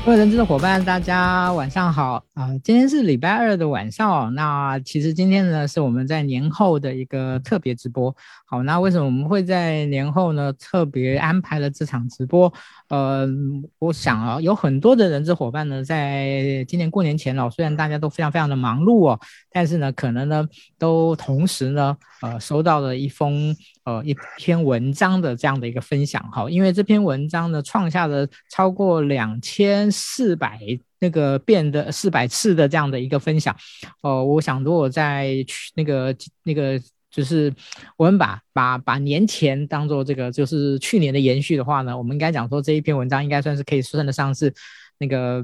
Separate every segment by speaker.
Speaker 1: 各位人资的伙伴，大家晚上好今天是礼拜二的晚上那其实今天呢是我们在年后的一个特别直播。好，那为什么我们会在年后呢特别安排了这场直播？我想有很多的人资伙伴呢，在今年过年前虽然大家都非常非常的忙碌但是呢，可能呢都同时呢收到了一篇文章的这样的一个分享。好，因为这篇文章呢创下了超过2400遍的400次的这样的一个分享。我想如果在那个就是我们把年前当做这个就是去年的延续的话呢，我们应该讲说这一篇文章应该算是可以算得上是那个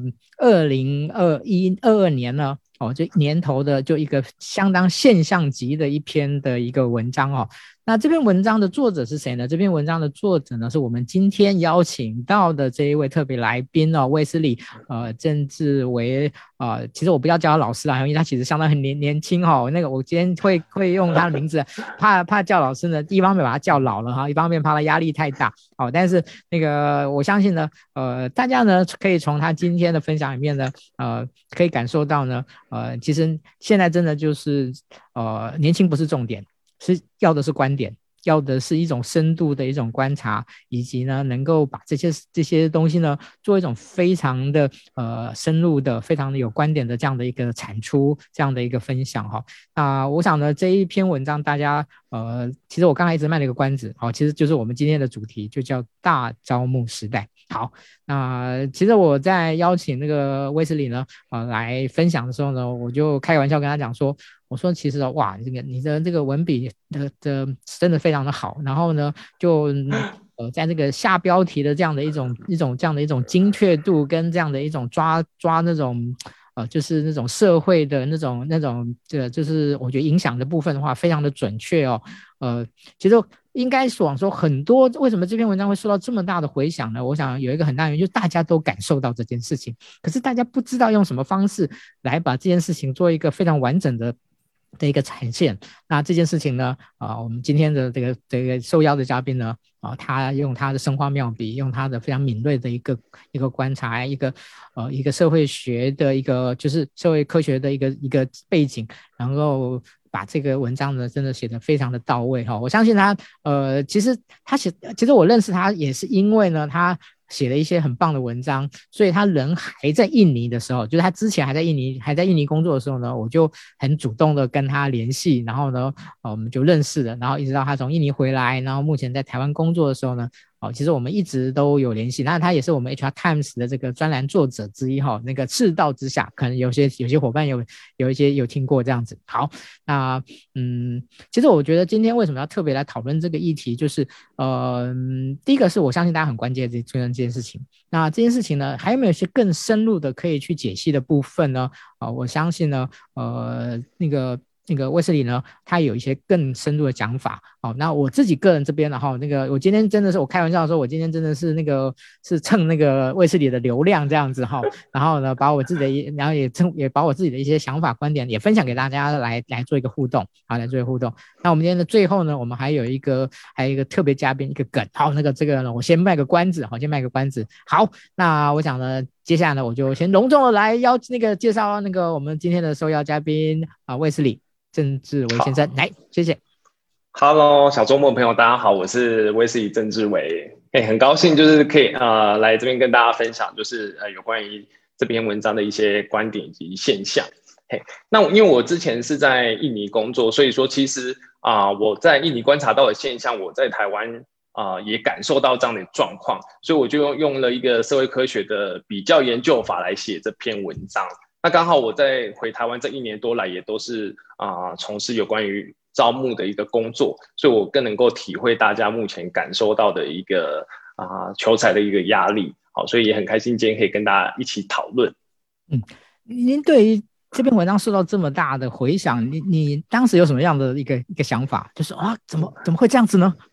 Speaker 1: 2022年呢就年头的就一个相当现象级的一篇的一个文章那这篇文章的作者是谁呢？这篇文章的作者呢是我们今天邀请到的这一位特别来宾卫斯理郑志维其实我不要叫他老师因为他其实相当很年轻那个我今天会用他的名字怕叫老师呢，一方面把他叫老了一方面怕他压力太大但是那个我相信呢大家呢可以从他今天的分享里面呢可以感受到呢其实现在真的就是年轻不是重点，是要的是观点，要的是一种深度的一种观察，以及呢能够把这些东西呢做一种非常的深入的非常的有观点的这样的一个产出，这样的一个分享我想呢这一篇文章大家其实我刚才一直卖了一个关子其实就是我们今天的主题就叫大招募时代。好，那其实我在邀请那个威斯理呢来分享的时候呢，我就开玩笑跟他讲说，我说其实哇你的这个文笔的真的非常的好，然后呢就在这个下标题的这样的一种这样的一种精确度跟这样的一种抓那种就是那种社会的那种就是我觉得影响的部分的话非常的准确其实应该说很多为什么这篇文章会受到这么大的回响呢？我想有一个很大原因就是大家都感受到这件事情，可是大家不知道用什么方式来把这件事情做一个非常完整的一个呈现。那这件事情呢我们今天的这个受邀的嘉宾呢他用他的生花妙笔，用他的非常敏锐的一个观察，一个社会学的一个就是社会科学的一个背景，然后把这个文章呢真的写得非常的到位我相信他其实我认识他也是因为呢他写了一些很棒的文章，所以他人还在印尼的时候，就是他之前还在印尼工作的时候呢，我就很主动的跟他联系，然后呢我们就认识了，然后一直到他从印尼回来，然后目前在台湾工作的时候呢其实我们一直都有联系。那他也是我们 HR Times 的这个专栏作者之一那个赤道之下，可能有些伙伴有一些有听过这样子。好，那其实我觉得今天为什么要特别来讨论这个议题，就是第一个是我相信大家很关键这件事情。那这件事情呢，还有没有一些更深入的可以去解析的部分呢？我相信呢那个威斯理呢他有一些更深入的讲法那我自己个人这边那个我今天真的是我开玩笑说我今天真的是是蹭那个威斯理的流量这样子然后呢把我自己的然后也把我自己的一些想法观点也分享给大家来做一个互动来做一个互动。那我们今天的最后呢，我们还有一个特别嘉宾一个梗这个呢我先卖个关子好，那我想呢接下来呢我就先隆重的来介绍那个我们今天的受邀嘉宾威斯理郑志维先生，来，谢谢。
Speaker 2: Hello， 小周末朋友，大家好，我是威斯理郑志维。很高兴就是可以来这边跟大家分享，就是有关于这篇文章的一些观点以及现象。那因为我之前是在印尼工作，所以说其实我在印尼观察到的现象，我在台湾也感受到这样的状况，所以我就用了一个社会科学的比较研究法来写这篇文章。那刚好我在回台湾这1年多来，也都是从事有关于招募的一个工作，所以我更能够体会大家目前感受到的一个求财的一个压力。好，所以也很开心今天可以跟大家一起讨论。
Speaker 1: 您对于这篇文章受到这么大的回响，你当时有什么样的一个想法？就是怎么会这样子呢？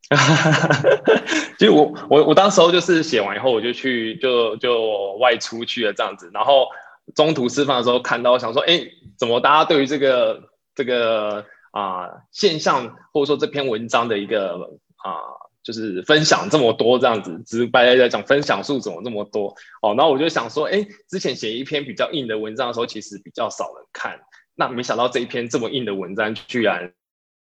Speaker 2: 其实我当时候就是写完以后，我就去就外出去了这样子，然后中途吃饭的时候看到，想说，怎么大家对于这个现象或者说这篇文章的一个就是分享这么多这样子，直白来讲，分享数怎么这么多？然后我就想说，之前写一篇比较硬的文章的时候，其实比较少人看，那没想到这一篇这么硬的文章，居然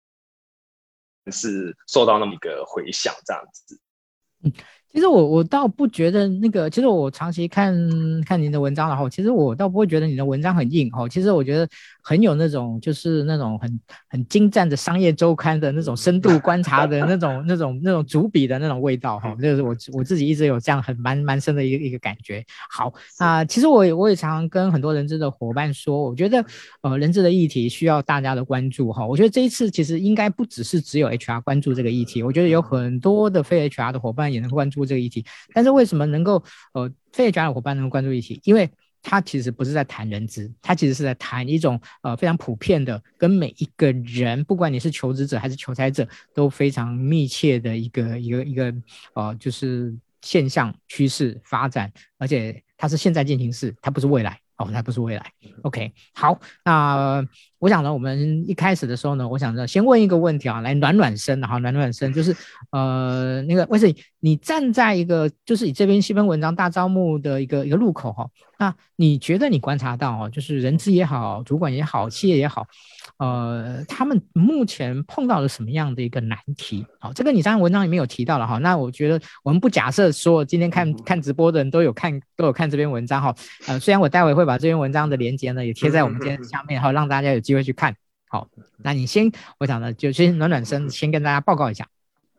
Speaker 2: 是受到那么一个回响，这样子。
Speaker 1: 其实我倒不觉得那个，其实我长期看您的文章，然后其实我倒不会觉得你的文章很硬哦。其实我觉得很有那种就是那种很精湛的商业周刊的那种深度观察的那种主笔的那种味道哈。就是我自己一直有这样蛮深的一个感觉。好，其实我也常常跟很多人资的伙伴说，我觉得人资的议题需要大家的关注哈。我觉得这一次其实应该不只有 HR 关注这个议题，我觉得有很多的非 HR 的伙伴也能关注这个议题。但是为什么能够非 HR 的伙伴能够关注议题？因为他其实不是在谈人资，他其实是在谈一种非常普遍的，跟每一个人，不管你是求职者还是求财者，都非常密切的一个就是现象趋势发展，而且它是现在进行式，它不是未来。它不是未来。OK， 好，那我想呢，我们一开始的时候呢，我想先问一个问题啊，来暖身，好，暖身就是那个Wesley，你站在一个就是你这边新闻文章大招募的一个路口哈，那你觉得你观察到就是人资也好，主管也好，企业也好，他们目前碰到了什么样的一个难题？好，这个你在文章里面有提到了哈，那我觉得我们不假设说今天看直播的人都有看这篇文章哈，虽然我待会会把这篇文章的连结呢也贴在我们今天下面哈，让大家有机会去看。好，那你先，我想呢就先暖身，先跟大家报告一下。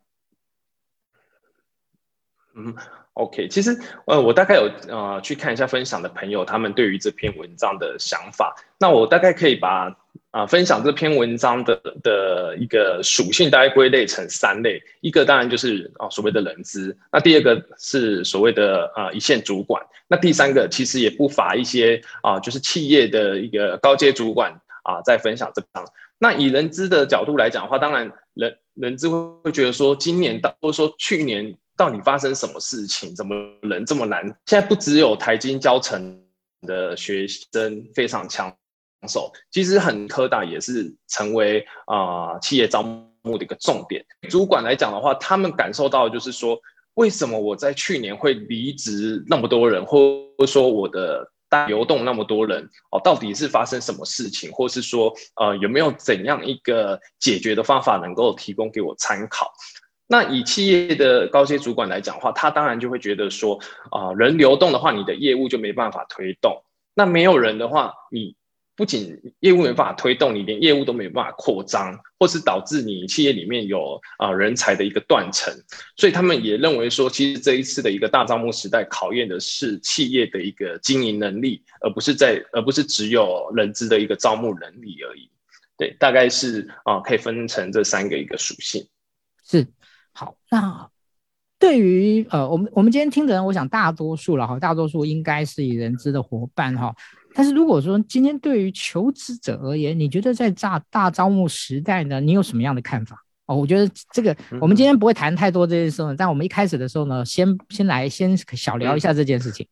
Speaker 2: OK， 其实我大概有去看一下分享的朋友他们对于这篇文章的想法，那我大概可以把分享这篇文章的一个属性大概归类成3类，一个当然就是所谓的人资，那第二个是所谓的一线主管，那第3个其实也不乏一些就是企业的一个高阶主管在分享这章。那以人资的角度来讲的话，当然人资会觉得说今年或者说去年到底发生什么事情？怎么人这么难？现在不只有台经教程的学生非常抢手，其实科大也是成为企业招募的一个重点。主管来讲的话，他们感受到就是说，为什么我在去年会离职那么多人，或者说我的流动那么多人到底是发生什么事情，或是说有没有怎样一个解决的方法能够提供给我参考？那以企业的高阶主管来讲的话，他当然就会觉得说，人流动的话，你的业务就没办法推动。那没有人的话，你不仅业务没办法推动，你连业务都没办法扩张，或是导致你企业里面有人才的一个断层。所以他们也认为说，其实这一次的一个大招募时代，考验的是企业的一个经营能力，而不是只有人资的一个招募能力而已。对，大概是可以分成这3个一个属性。
Speaker 1: 是。好，那对于我们今天听的人，我想大多数应该是以人资的伙伴哈。但是如果说今天对于求职者而言，你觉得在大招募时代呢，你有什么样的看法？我觉得这个我们今天不会谈太多这件事，但我们一开始的时候呢，先小聊一下这件事情。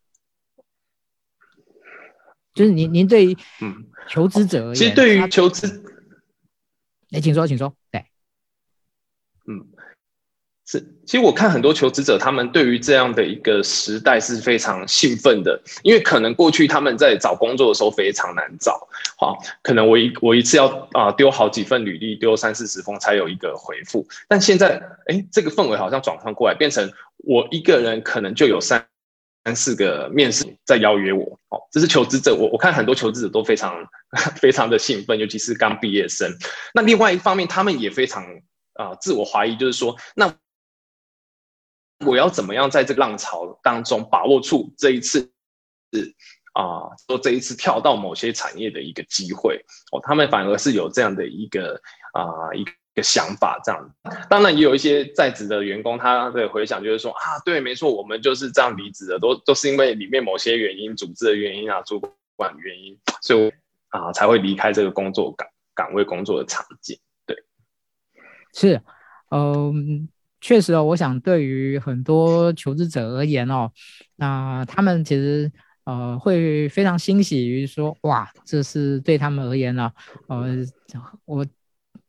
Speaker 1: 就是您对于求职者而言，
Speaker 2: 其实对于求职，
Speaker 1: 请说，对，
Speaker 2: 是，其实我看很多求职者，他们对于这样的一个时代是非常兴奋的，因为可能过去他们在找工作的时候非常难找，可能我一次要丢好几份履历，丢30-40封才有一个回复，但现在这个氛围好像转换过来，变成我一个人可能就有3-4个面试在邀约我，这是求职者，我看很多求职者都非常非常的兴奋，尤其是刚毕业生。那另外一方面，他们也非常自我怀疑，就是说，那我要怎么样在这个浪潮当中把握住这一次这一次跳到某些产业的一个机会他们反而是有这样的一个想法，这样。当然也有一些在职的员工，他的回想就是说对，没错，我们就是这样离职的，都是因为里面某些原因，组织的原因主管原因，所以才会离开这个工作岗位工作的场景。对，
Speaker 1: 是，确实我想对于很多求职者而言那他们其实会非常欣喜于说，哇，这是对他们而言我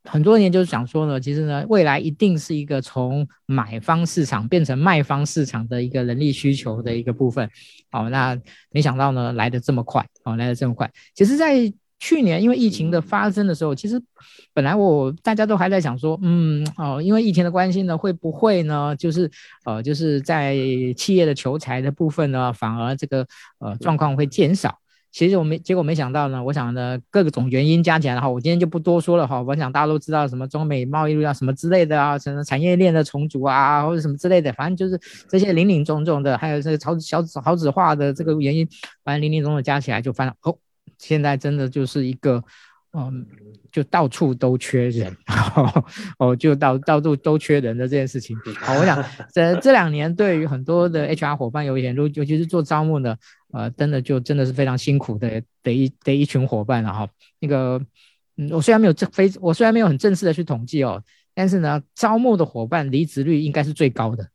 Speaker 1: 很多年就是想说呢，其实呢，未来一定是一个从买方市场变成卖方市场的一个人力需求的一个部分。好，那没想到呢，来得这么快。其实在去年因为疫情的发生的时候，其实本来大家都还在想说，因为疫情的关系呢，会不会呢，就是在企业的求财的部分呢，反而这个状况会减少。其实结果没想到呢，我想呢各种原因加起来，我今天就不多说了哈。我想大家都知道什么中美贸易路啊什么之类的啊，什么产业链的重组啊，或者什么之类的，反正就是这些林林总总的，还有这个少子化的这个原因，反正林林总总加起来就翻了。现在真的就是一个就到处都缺人就到处都缺人的这件事情。好，我想这2年对于很多的 HR 伙伴尤其是做招募的真的是非常辛苦的一群伙伴了哈。那个我虽然没有很正式的去统计但是呢招募的伙伴离职率应该是最高的。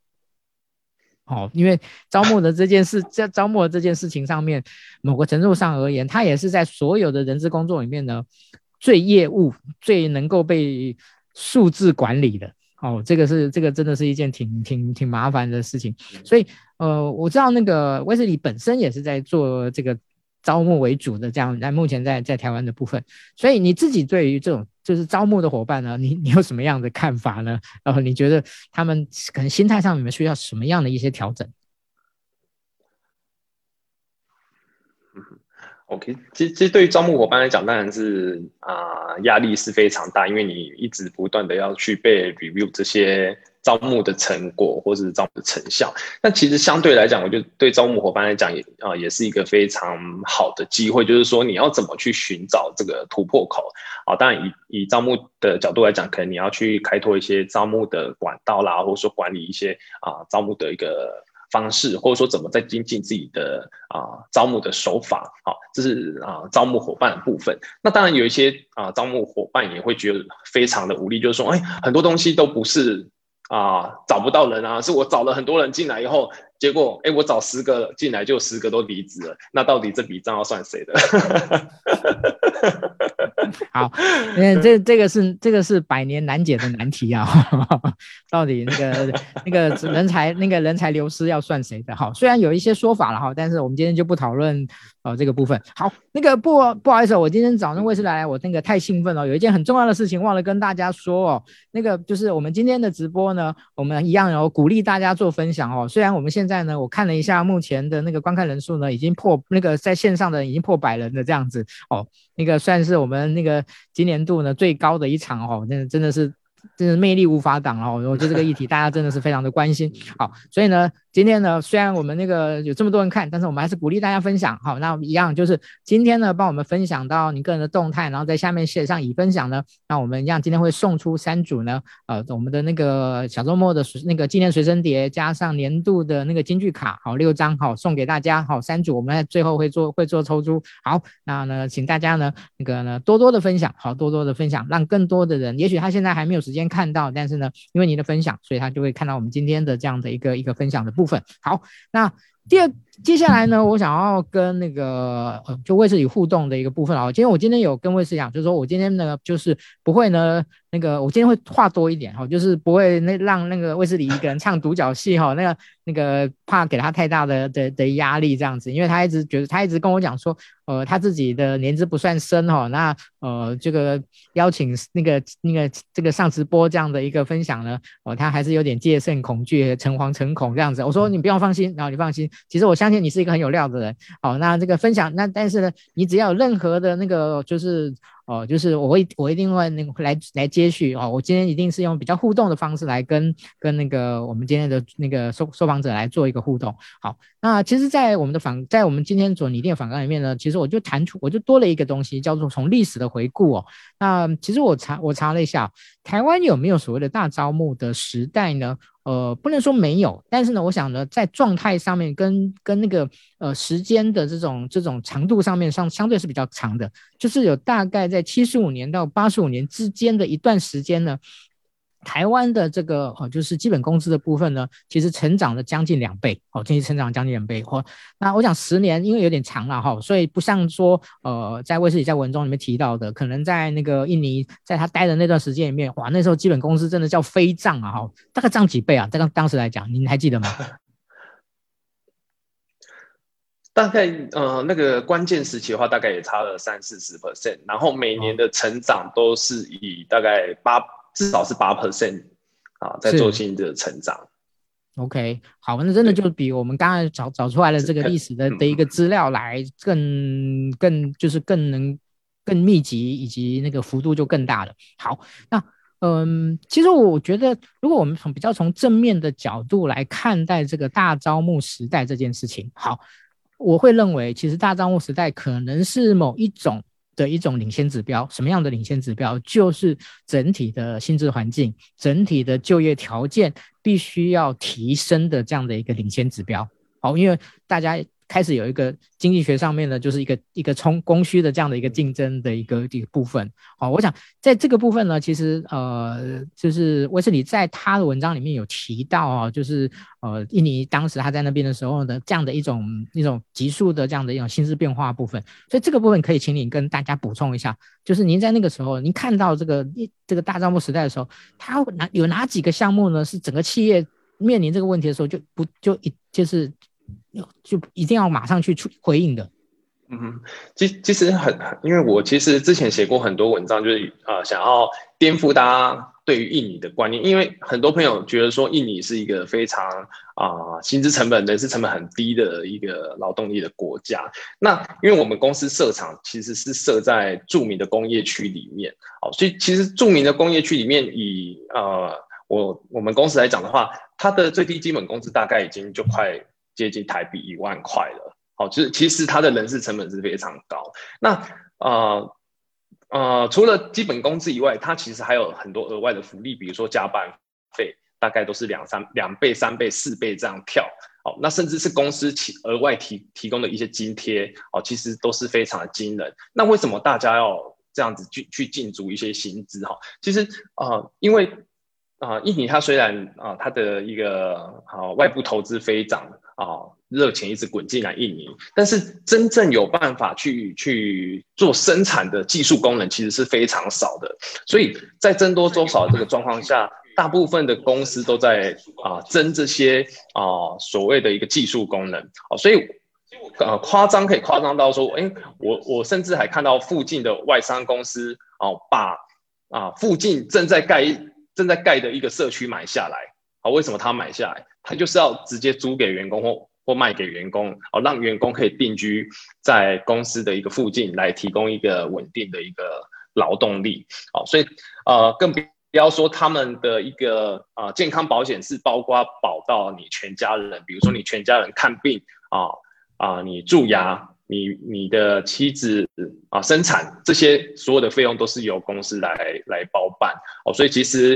Speaker 1: 因为招募的这件事情上面，某个程度上而言，它也是在所有的人资工作里面呢，最业务、最能够被数字管理的。这个真的是一件挺麻烦的事情。所以我知道那个威斯理本身也是在做这个招募为主的这样，目前在台湾的部分。所以你自己对于这种就是招募的伙伴呢，你有什么样的看法呢？你觉得他们可能心态上你们需要什么样的一些调整
Speaker 2: ？OK， 其实对于招募伙伴来讲，当然是压力是非常大，因为你一直不断的要去被 review 这些招募的成果或是招募的成效。但其实相对来讲，我觉得对招募伙伴来讲也是一个非常好的机会，就是说你要怎么去寻找这个突破口。当然以招募的角度来讲，可能你要去开拓一些招募的管道啦，或者说管理一些招募的一个方式，或者说怎么在精进自己的招募的手法。这是招募伙伴的部分。那当然有一些招募伙伴也会觉得非常的无力，就是说很多东西都不是找不到人是我找了很多人进来以后，结果我找10个进来就10个都离职了，那到底这笔账要算谁的？
Speaker 1: 好，这个是百年难解的难题到底那个人才流失要算谁的？好，虽然有一些说法了但是我们今天就不讨论这个部分。好，那个不好意思，我今天早上卫视来，我那个太兴奋了，有一件很重要的事情忘了跟大家说那个就是我们今天的直播呢，我们一样鼓励大家做分享虽然我们现在呢，我看了一下目前的那个观看人数呢，已经破那个在线上的已经破100人的这样子那个算是我们那个今年度呢最高的一场真的是魅力无法挡我觉得这个议题大家真的是非常的关心。好，所以呢今天呢虽然我们那个有这么多人看，但是我们还是鼓励大家分享。好，那一样就是今天呢帮我们分享到你个人的动态，然后在下面写上已分享呢，那我们一样今天会送出3组呢我们的那个小周末的那个纪念随身碟加上年度的那个金句卡6张送给大家3组，我们在最后会做抽出。好，那呢请大家呢那个呢多多的分享多多的分享，让更多的人，也许他现在还没有时间看到，但是呢因为你的分享，所以他就会看到我们今天的这样的一个分享的部分。好，那接下来呢，我想要跟那个就卫视理互动的一个部分我今天有跟卫视讲，就是说我今天呢就是不会呢那个我今天会话多一点就是不会让那个卫视理一个人唱独角戏那个怕给他太大的压力这样子，因为他一直跟我讲说他自己的年资不算深那这个邀请那个这个上直播这样的一个分享呢他还是有点戒慎恐惧，诚惶诚恐这样子。我说你不要放心，然后你放心，其实我相信你是一个很有料的人。好，那这个分享但是呢你只要有任何的那个就是我一定会来接续我今天一定是用比较互动的方式来跟那个我们今天的那个受访者来做一个互动。好，那其实在我们今天所拟定的访纲里面呢，其实我就多了一个东西叫做从历史的回顾那其实我查了一下，台湾有没有所谓的大招募的时代呢？不能说没有，但是呢我想呢在状态上面跟那个时间的这种长度上面相对是比较长的，就是有大概在75年到85年之间的一段时间呢， 台湾的这个就是基本工资的部分呢，其实成长了将近2倍，经济成长将近2倍。那我想10年因为有点长了所以不像说在威斯理在文中里面提到的，可能在那个印尼在他待的那段时间里面，哇，那时候基本工资真的叫飞涨啊，大概涨几倍啊？当时来讲，您还记得吗？
Speaker 2: 大概那个关键时期的话，大概也差了30-40%，然后每年的成长都是以大概至少是8%在做新的成长。
Speaker 1: OK， 好，那真的就比我们刚才找出来的这个历史的一个资料来就是更密集，以及那个幅度就更大了。好，那其实我觉得，如果我们比较从正面的角度来看待这个大招募时代这件事情，好，我会认为其实大招募时代可能是某一种领先指标。什么样的领先指标？就是整体的薪资环境、整体的就业条件必须要提升的这样的一个领先指标。好，因为大家开始有一个经济学上面的就是一个供需的这样的一个竞争的一个部分。好，我想在这个部分呢，其实就是威斯理在他的文章里面有提到就是印尼当时他在那边的时候的这样的一种急速的这样的一种薪资变化部分。所以这个部分可以请你跟大家补充一下，就是您在那个时候您看到这个大招募时代的时候，他有哪几个项目呢是整个企业面临这个问题的时候就是一定要马上去回应的？
Speaker 2: 其实因为我其实之前写过很多文章，就是想要颠覆大家对于印尼的观念，因为很多朋友觉得说印尼是一个非常薪资成本、人事成本很低的一个劳动力的国家。那因为我们公司设厂其实是设在著名的工业区里面，所以其实著名的工业区里面以我们公司来讲的话，它的最低基本工资大概已经就快接近台币1万块了。就是其实它的人事成本是非常高。那除了基本工资以外，它其实还有很多额外的福利，比如说加班费，大概都是2倍、3倍、4倍这样跳。那甚至是公司额外提供的一些津贴，其实都是非常的惊人。那为什么大家要这样子去竞逐一些薪资？其实因为印尼它虽然它的一个外部投资飞涨热钱一直滚进来印尼，但是真正有办法去做生产的技术工人其实是非常少的。所以在僧多粥少的这个状况下，大部分的公司都在争这些所谓的一个技术工人。所以可以夸张到说，我甚至还看到附近的外商公司把附近正在盖的一个社区买下来。为什么他买下来？他就是要直接租给员工或卖给员工，让员工可以定居在公司的一个附近，来提供一个稳定的一个劳动力。所以更不要说他们的一个健康保险是包括保到你全家人，比如说你全家人看病你蛀牙，你的妻子生产，这些所有的费用都是由公司来包办。所以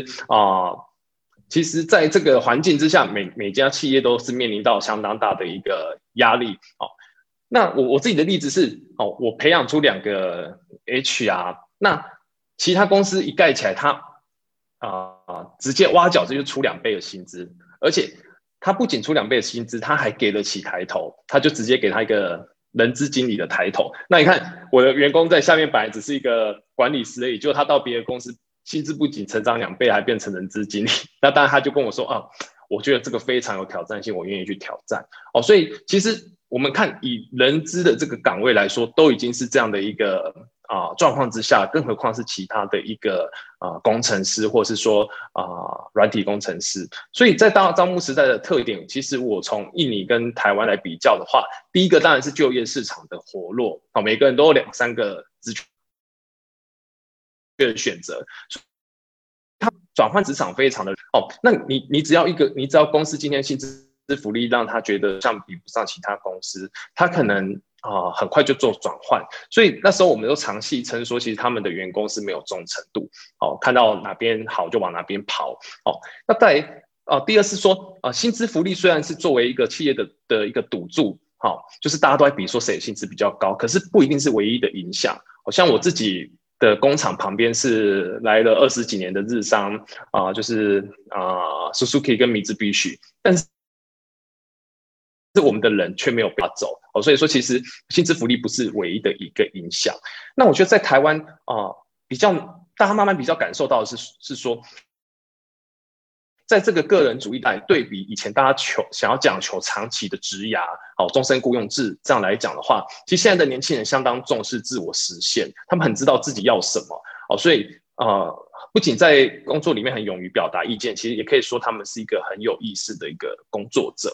Speaker 2: 其实在这个环境之下，每家企业都是面临到相当大的一个压力。那我自己的例子是我培养出2个 HR， 那其他公司一盖起来，他直接挖角，这就出2倍的薪资，而且他不仅出2倍的薪资，他还给得起抬头，他就直接给他一个人资经理的抬头。那你看我的员工在下面本来只是一个管理师而已，就他到别的公司薪资不仅成长2倍，还变成人资经理。那当然他就跟我说我觉得这个非常有挑战性，我愿意去挑战。所以其实我们看以人资的这个岗位来说，都已经是这样的一个状况之下，更何况是其他的一个工程师，或是说软体工程师。所以在招募时代的特点，其实我从印尼跟台湾来比较的话，第一个当然是就业市场的活络，每个人都有2-3个职缺的选择，他转换职场非常的那你只要公司今天薪资福利让他觉得像比不上其他公司，他可能很快就做转换。所以那时候我们都常戏称说，其实他们的员工是没有忠诚度，看到哪边好就往哪边跑。那再来第二是说薪资福利虽然是作为一个企业的一个赌注，就是大家都在比说谁薪资比较高，可是不一定是唯一的影响。像我自己的工厂旁边是来了20几年的日商就是Suzuki 跟Mitsubishi，但是我们的人却没有被走所以说其实薪资福利不是唯一的一个影响。那我觉得在台湾比较大家慢慢比较感受到的是说，在这个个人主义来对比以前大家想要讲求长期的职涯终身雇佣制这样来讲的话，其实现在的年轻人相当重视自我实现，他们很知道自己要什么所以不仅在工作里面很勇于表达意见，其实也可以说他们是一个很有意识的一个工作者。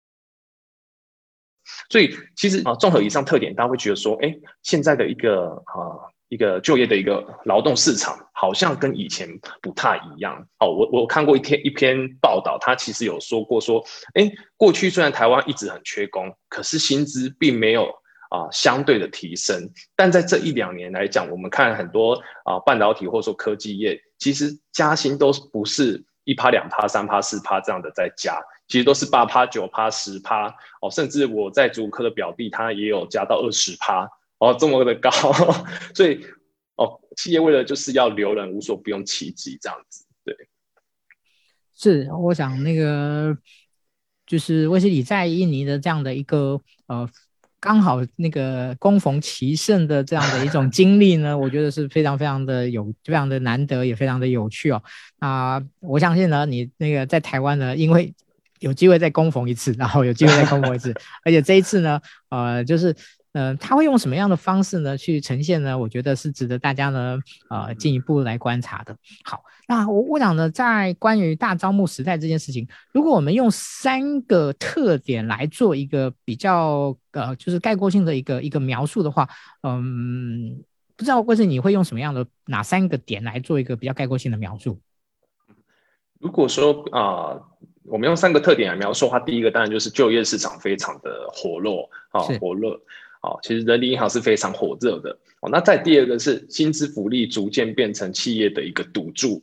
Speaker 2: 所以其实综合以上特点，大家会觉得说现在的一个就业的一个劳动市场好像跟以前不太一样我看过一篇报道，他其实有说过说过去虽然台湾一直很缺工，可是薪资并没有相对的提升，但在这1-2年来讲，我们看很多半导体或者说科技业，其实加薪都不是1%、2%、3%、4%这样的在加，其实都是8%、9%、10%甚至我在竹科的表弟他也有加到20%这么的高所以企业为了就是要留人，无所不用其极这样子。对，
Speaker 1: 是我想那个就是威斯理在印尼的这样的一个刚好那个恭逢其盛的这样的一种经历呢，我觉得是非常非常的难得，也非常的有趣我相信呢，你那个在台湾呢，因为有机会再恭逢一次，然后有机会再恭逢一次，而且这一次呢，就是他会用什么样的方式呢去呈现呢？我觉得是值得大家呢进一步来观察的。好，那我想呢，在关于大招募时代这件事情，如果我们用3个特点来做一个比较就是概括性的一个描述的话，不知道或是你会用什么样的哪3个点来做一个比较概括性的描述？
Speaker 2: 如果说我们用3个特点来描述的话，第一个当然就是就业市场非常的活络其实人力银行是非常火热的那再第2个是薪资福利逐渐变成企业的一个赌注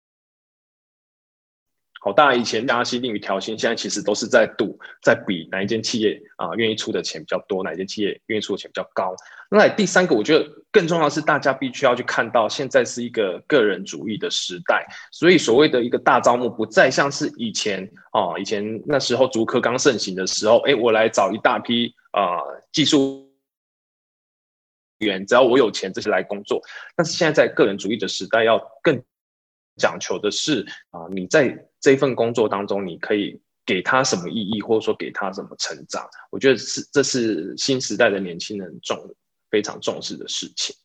Speaker 2: 大家以前加薪定于调薪，现在其实都是在赌，在比哪一间企业愿意出的钱比较多，哪一间企业愿意出的钱比较高。那第3个我觉得更重要的是，大家必须要去看到现在是一个个人主义的时代，所以所谓的一个大招募不再像是以前那时候竹科刚盛行的时候我来找一大批技术员，只要我有钱这些来工作。但是现在在个人主义的时代，要更讲求的是你在这份工作当中，你可以给他什么意义，或者说给他什么成长。我觉得这是新时代的年轻人非常重视的事情。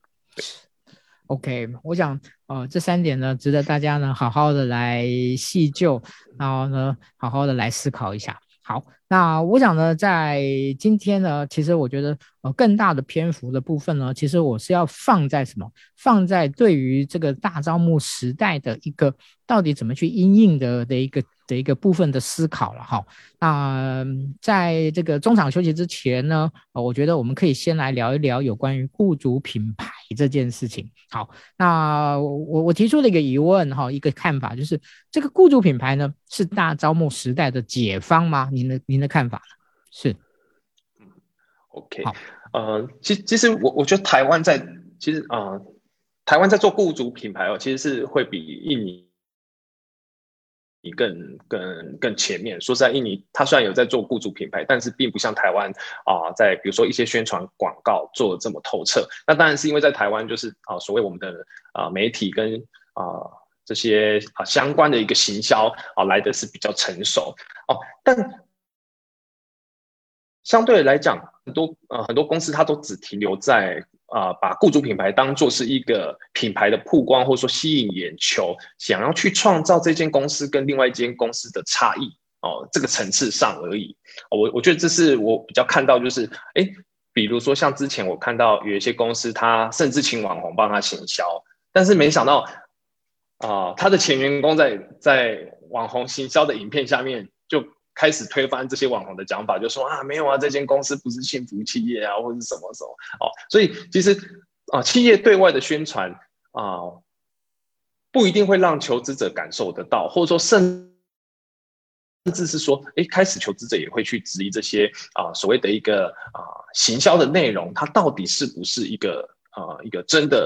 Speaker 1: OK， 我想这3点呢，值得大家呢好好的来细究，然后呢好好的来思考一下。好，那我想呢，在今天呢，其实我觉得更大的篇幅的部分呢，其实我是要放在什么？放在对于这个大招募时代的一个到底怎么去因应的一个部分的思考了哈。那在这个中场休息之前呢，我觉得我们可以先来聊一聊有关于雇主品牌这件事情。好，那我提出了一个疑问哈，一个看法，就是这个雇主品牌呢是大招募时代的解方吗？您的看法呢？是
Speaker 2: ？OK， 其实我觉得台湾在做雇主品牌其实是会比印尼更前面。说实在，印尼它虽然有在做雇主品牌，但是并不像台湾在比如说一些宣传广告做的这么透彻。那当然是因为在台湾就是所谓我们的媒体跟这些相关的一个行销来的是比较成熟但相对来讲，很多公司它都只停留在把雇主品牌当作是一个品牌的曝光，或者说吸引眼球，想要去创造这间公司跟另外一间公司的差异这个层次上而已。我觉得这是我比较看到，就是比如说像之前我看到有一些公司，他甚至请网红帮他行销，但是没想到他的前员工在网红行销的影片下面就开始推翻这些网红的讲法，就说没有这间公司不是幸福企业或者什么什么所以其实企业对外的宣传不一定会让求职者感受得到，或者说甚至是说开始求职者也会去质疑这些所谓的一个行销的内容，它到底是不是一个真的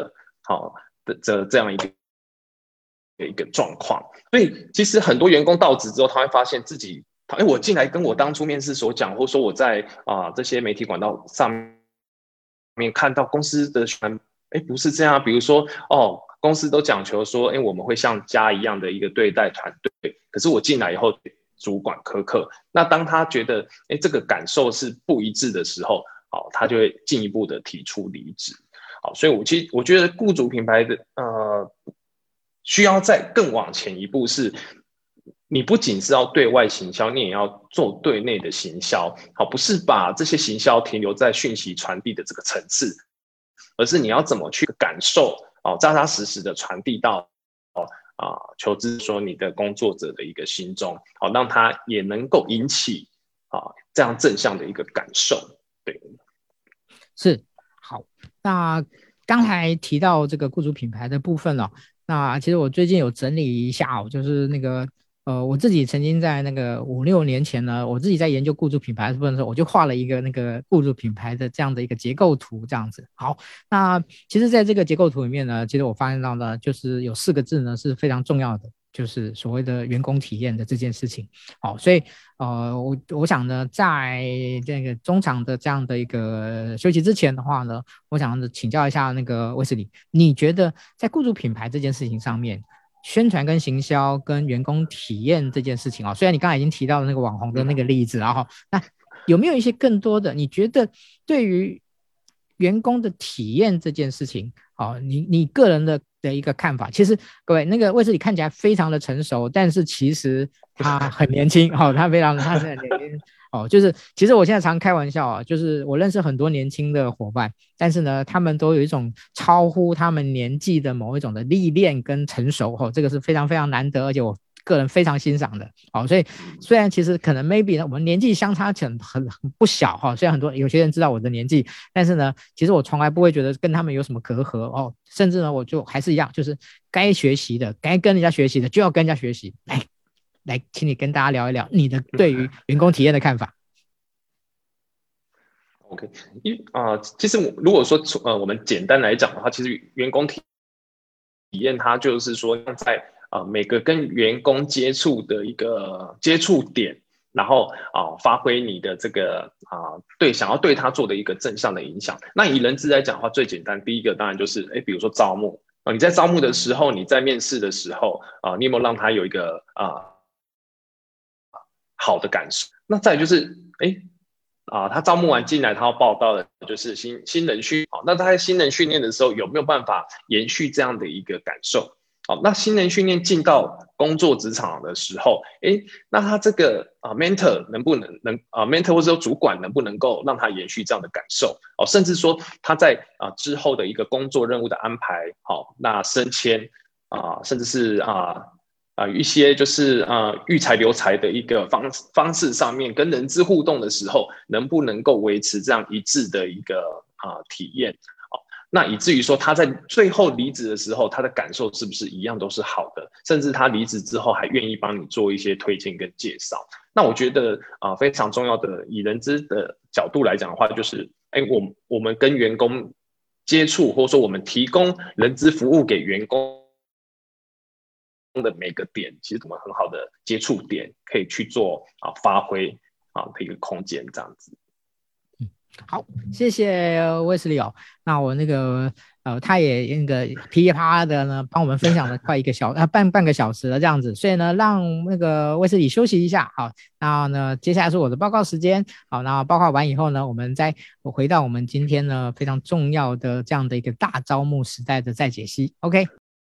Speaker 2: 好的这样一个状况。所以其实很多员工到职之后，他会发现自己，我进来跟我当初面试所讲，或者说我在这些媒体管道上面看到公司的不是这样。比如说公司都讲求说我们会像家一样的一个对待团队，可是我进来以后主管苛刻，那当他觉得这个感受是不一致的时候，他就会进一步的提出离职。所以我觉得雇主品牌的需要再更往前一步，是你不仅是要对外行销，你也要做对内的行销。不是把这些行销停留在讯息传递的这个层次，而是你要怎么去感受扎扎实实的传递到求职说你的工作者的一个心中，让他也能够引起这样正向的一个感受。对，
Speaker 1: 是。好，那刚才提到这个雇主品牌的部分那其实我最近有整理一下就是那个我自己曾经在那个5-6年前呢，我自己在研究雇主品牌的部分的时候，我就画了一个那个雇主品牌的这样的一个结构图，这样子。好，那其实在这个结构图里面呢，其实我发现到呢，就是有4个字呢是非常重要的，就是所谓的员工体验的这件事情。好，所以我想呢，在这个中场的这样的一个休息之前的话呢，我想请教一下那个威斯理，你觉得在雇主品牌这件事情上面，宣传跟行销跟员工体验这件事情虽然你刚才已经提到了那个网红的那个例子，然后那有没有一些更多的你觉得对于员工的体验这件事情你个人的一个看法？其实各位，那个威斯理看起来非常的成熟，但是其实他很年轻他是很年轻就是其实我现在常开玩笑就是我认识很多年轻的伙伴，但是呢他们都有一种超乎他们年纪的某一种的历练跟成熟这个是非常非常难得，而且我个人非常欣赏的所以虽然其实可能 maybe 呢我们年纪相差很不小虽然很多有些人知道我的年纪，但是呢其实我从来不会觉得跟他们有什么隔阂甚至呢我就还是一样，就是该学习的该跟人家学习的就要跟人家学习。来请你跟大家聊一聊你的对于员工体验的看法。
Speaker 2: OK， 其实如果说我们简单来讲的话，其实员工体验它就是说在每个跟员工接触的一个接触点，然后发挥你的这个想要对他做的一个正向的影响。那以人资来讲的话，最简单第一个当然就是比如说招募你在招募的时候，你在面试的时候你有没有让他有一个好的感受？那再来就是他招募完进来，他要报到的就是新人训那他在新人训练的时候有没有办法延续这样的一个感受？那新人训练进到工作职场的时候那他这个mentor 能不能mentor 或者说主管能不能够让他延续这样的感受甚至说他在之后的一个工作任务的安排那升迁甚至是一些就是育才留才的一个方式上面，跟人资互动的时候，能不能够维持这样一致的一个体验？那以至于说他在最后离职的时候，他的感受是不是一样都是好的？甚至他离职之后还愿意帮你做一些推荐跟介绍。那我觉得非常重要的，以人资的角度来讲的话，就是我们跟员工接触，或者说我们提供人资服务给员工的每个点，其实我们很好的接触点，可以去做发挥的一个空间，这样子。
Speaker 1: 好，谢谢威斯理那我那个他也那个噼里啪啦的呢，帮我们分享了快半个小时了这样子，所以呢，让那个威斯理休息一下。好，那呢，接下来是我的报告时间。好，那报告完以后呢，我们再回到我们今天呢非常重要的这样的一个大招募时代的再解析。OK。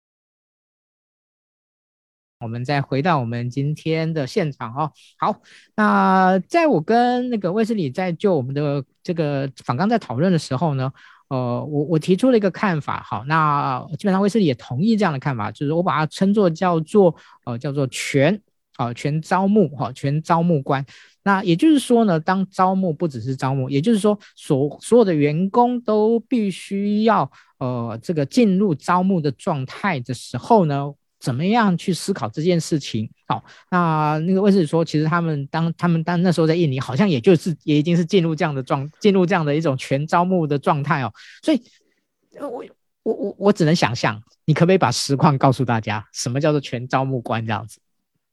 Speaker 1: 我们再回到我们今天的现场好，那在我跟那个威斯理在就我们的这个访纲在讨论的时候呢，我提出了一个看法。好，那基本上威斯理也同意这样的看法，就是我把它称作叫做全招募全招募官。那也就是说呢，当招募不只是招募，也就是说所有的员工都必须要这个进入招募的状态的时候呢，怎么样去思考这件事情？那个威斯理说，其实他们当那时候在印尼，好像也已经是进入这样的一种全招募的状态所以我只能想象，你可不可以把实况告诉大家，什么叫做全招募官这样子？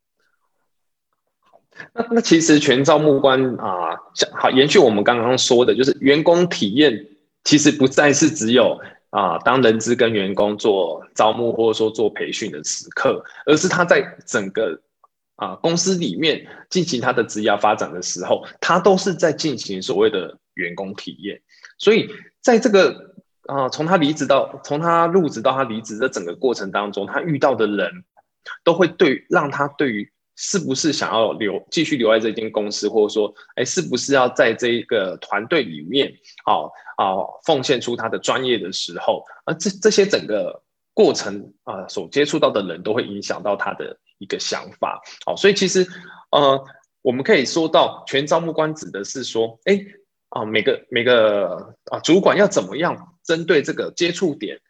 Speaker 2: 那其实全招募官好，延续我们刚刚说的，就是员工体验其实不再是只有当人资跟员工做招募或者说做培训的时刻，而是他在整个公司里面进行他的职业发展的时候，他都是在进行所谓的员工体验。所以在这个从他入职到他离职的整个过程当中，他遇到的人都会让他对于是不是想要继续留在这间公司，或者说是不是要在这个团队里面奉献出他的专业的时候，这些整个过程所接触到的人都会影响到他的一个想法。所以其实我们可以说到全招募官指的是说每个主管要怎么样针对这个接触点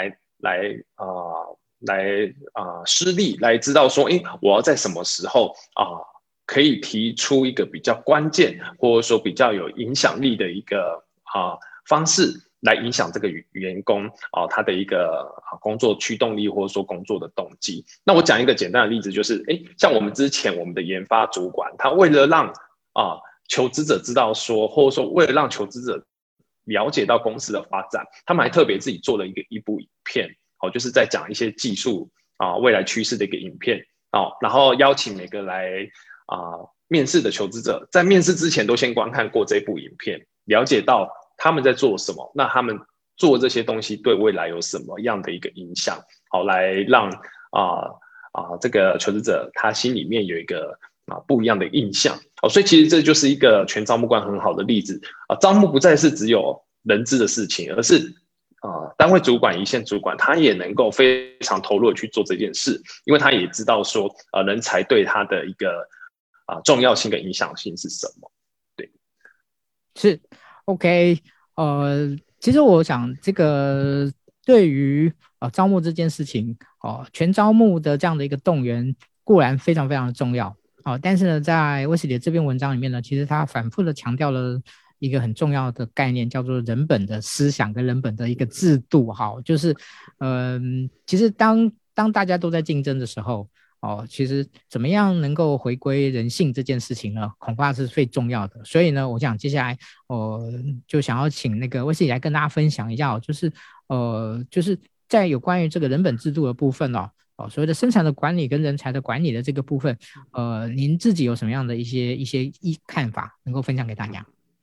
Speaker 2: 施力，来知道说我要在什么时候可以提出一个比较关键或者说比较有影响力的一个方式来影响这个员工他的一个工作驱动力或者说工作的动机。那我讲一个简单的例子，就是像我们之前我们的研发主管，他为了让求职者知道说，或者说为了让求职者了解到公司的发展，他们还特别自己做了一部影片，就是在讲一些技术未来趋势的一个影片然后邀请每个来面试的求职者，在面试之前都先观看过这部影片，了解到他们在做什么，那他们做这些东西对未来有什么样的一个影响，来让这个求职者他心里面有一个不一样的印象所以其实这就是一个全招募官很好的例子招募不再是只有人资的事情，而是单位主管、一线主管，他也能够非常投入的去做这件事，因为他也知道说人才对他的一个重要性跟影响性是什么。对，
Speaker 1: 是 OK。其实我想这个对于招募这件事情全招募的这样的一个动员固然非常非常的重要但是呢，在威斯里这篇文章里面呢，其实他反复的强调了一个很重要的概念，叫做人本的思想跟人本的一个制度就是其实当大家都在竞争的时候其实怎么样能够回归人性这件事情呢，恐怕是最重要的。所以呢，我想接下来就想要请那个威斯里来跟大家分享一下就是在有关于这个人本制度的部分所谓的生产的管理跟人才的管理的这个部分您自己有什么样的一些看法能够分享给大家？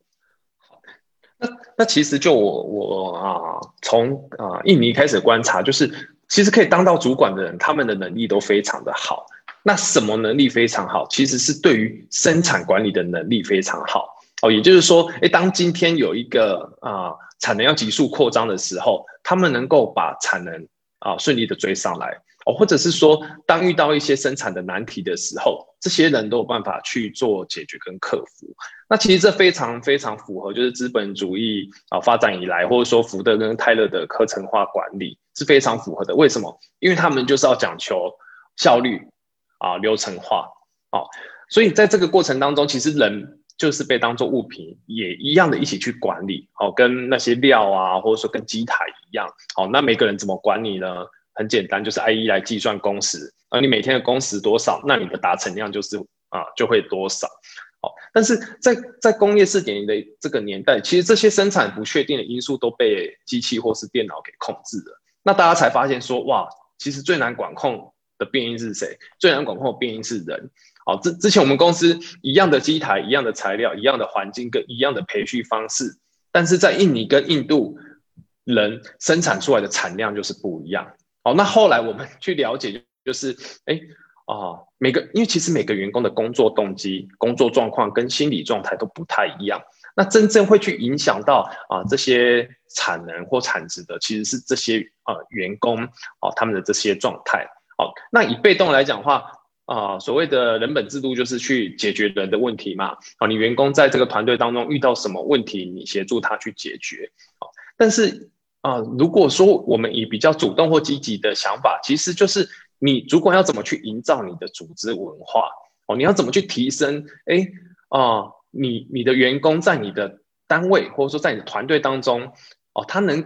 Speaker 2: 那其实就我从印尼开始观察，就是其实可以当到主管的人，他们的能力都非常的好。那什么能力非常好？其实是对于生产管理的能力非常好也就是说当今天有一个产能要急速扩张的时候，他们能够把产能顺利的追上来或者是说当遇到一些生产的难题的时候，这些人都有办法去做解决跟克服。那其实这非常非常符合就是资本主义发展以来，或者说福特跟泰勒的课程化管理是非常符合的。为什么？因为他们就是要讲求效率流程化所以在这个过程当中，其实人就是被当作物品也一样的一起去管理跟那些料或者说跟机台一样那每个人怎么管理呢？很简单，就是 IE 来计算工时你每天的工时多少，那你的达成量就是就会多少但是在工业 4.0 的这个年代，其实这些生产不确定的因素都被机器或是电脑给控制了。那大家才发现说，哇，其实最难管控的变因是谁？最难管控的变因是人之前我们公司一样的机台、一样的材料、一样的环境跟一样的培训方式，但是在印尼跟印度人生产出来的产量就是不一样那后来我们去了解，就是因为其实每个员工的工作动机、工作状况跟心理状态都不太一样，那真正会去影响到这些产能或产值的，其实是这些员工他们的这些状态那以被动来讲的话所谓的人本制度就是去解决人的问题嘛你员工在这个团队当中遇到什么问题，你协助他去解决但是如果说我们以比较主动或积极的想法，其实就是你主管要怎么去营造你的组织文化你要怎么去提升你的员工在你的单位或者说在你的团队当中他能够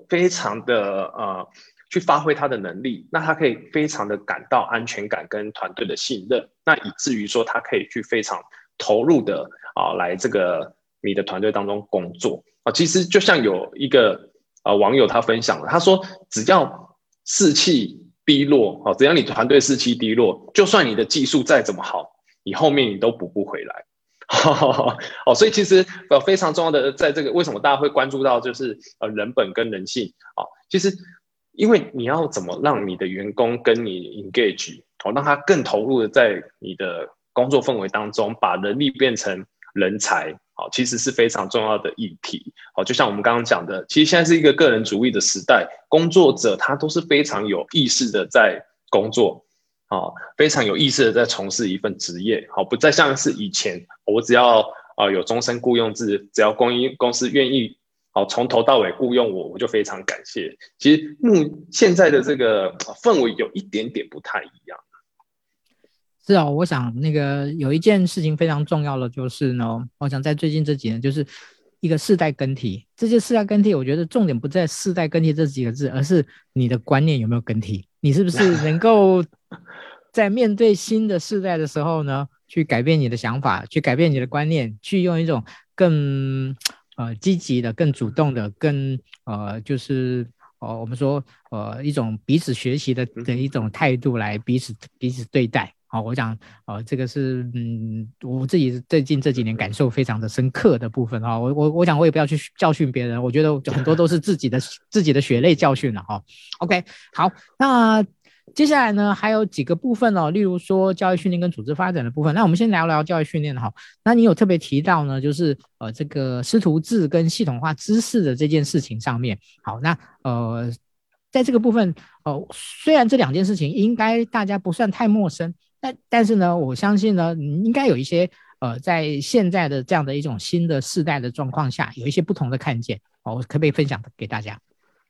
Speaker 2: 非常的去发挥他的能力，那他可以非常的感到安全感跟团队的信任，那以至于说他可以去非常投入的来这个你的团队当中工作其实就像有一个网友他分享了，他说只要士气低落只要你团队士气低落，就算你的技术再怎么好，你后面你都补不回来。所以其实非常重要的，在这个为什么大家会关注到就是人本跟人性其实因为你要怎么让你的员工跟你 engage 让他更投入的在你的工作氛围当中，把人力变成人才其实是非常重要的议题就像我们刚刚讲的，其实现在是一个个人主义的时代，工作者他都是非常有意识的在工作非常有意识的在从事一份职业不再像是以前我只要有终身雇佣制，只要公司愿意从头到尾雇佣我就非常感谢。其实现在的这个氛围有一点点不太一样。
Speaker 1: 是我想那个有一件事情非常重要的就是呢，我想在最近这几年就是一个世代更替。这些世代更替我觉得重点不在世代更替这几个字，而是你的观念有没有更替，你是不是能够在面对新的世代的时候呢，去改变你的想法，去改变你的观念，去用一种更积极的、更主动的、更就是我们说一种彼此学习的一种态度来彼此对待我想这个是我自己最近这几年感受非常的深刻的部分我想我也不要去教训别人，我觉得很多都是自己的血泪教训了OK， 好，那接下来呢还有几个部分例如说教育训练跟组织发展的部分。那我们先聊聊教育训练那你有特别提到呢，就是这个师徒制跟系统化知识的这件事情上面。好，那在这个部分虽然这两件事情应该大家不算太陌生，但是呢我相信呢应该有一些在现在的这样的一种新的世代的状况下有一些不同的看见我可不可以分享给大家？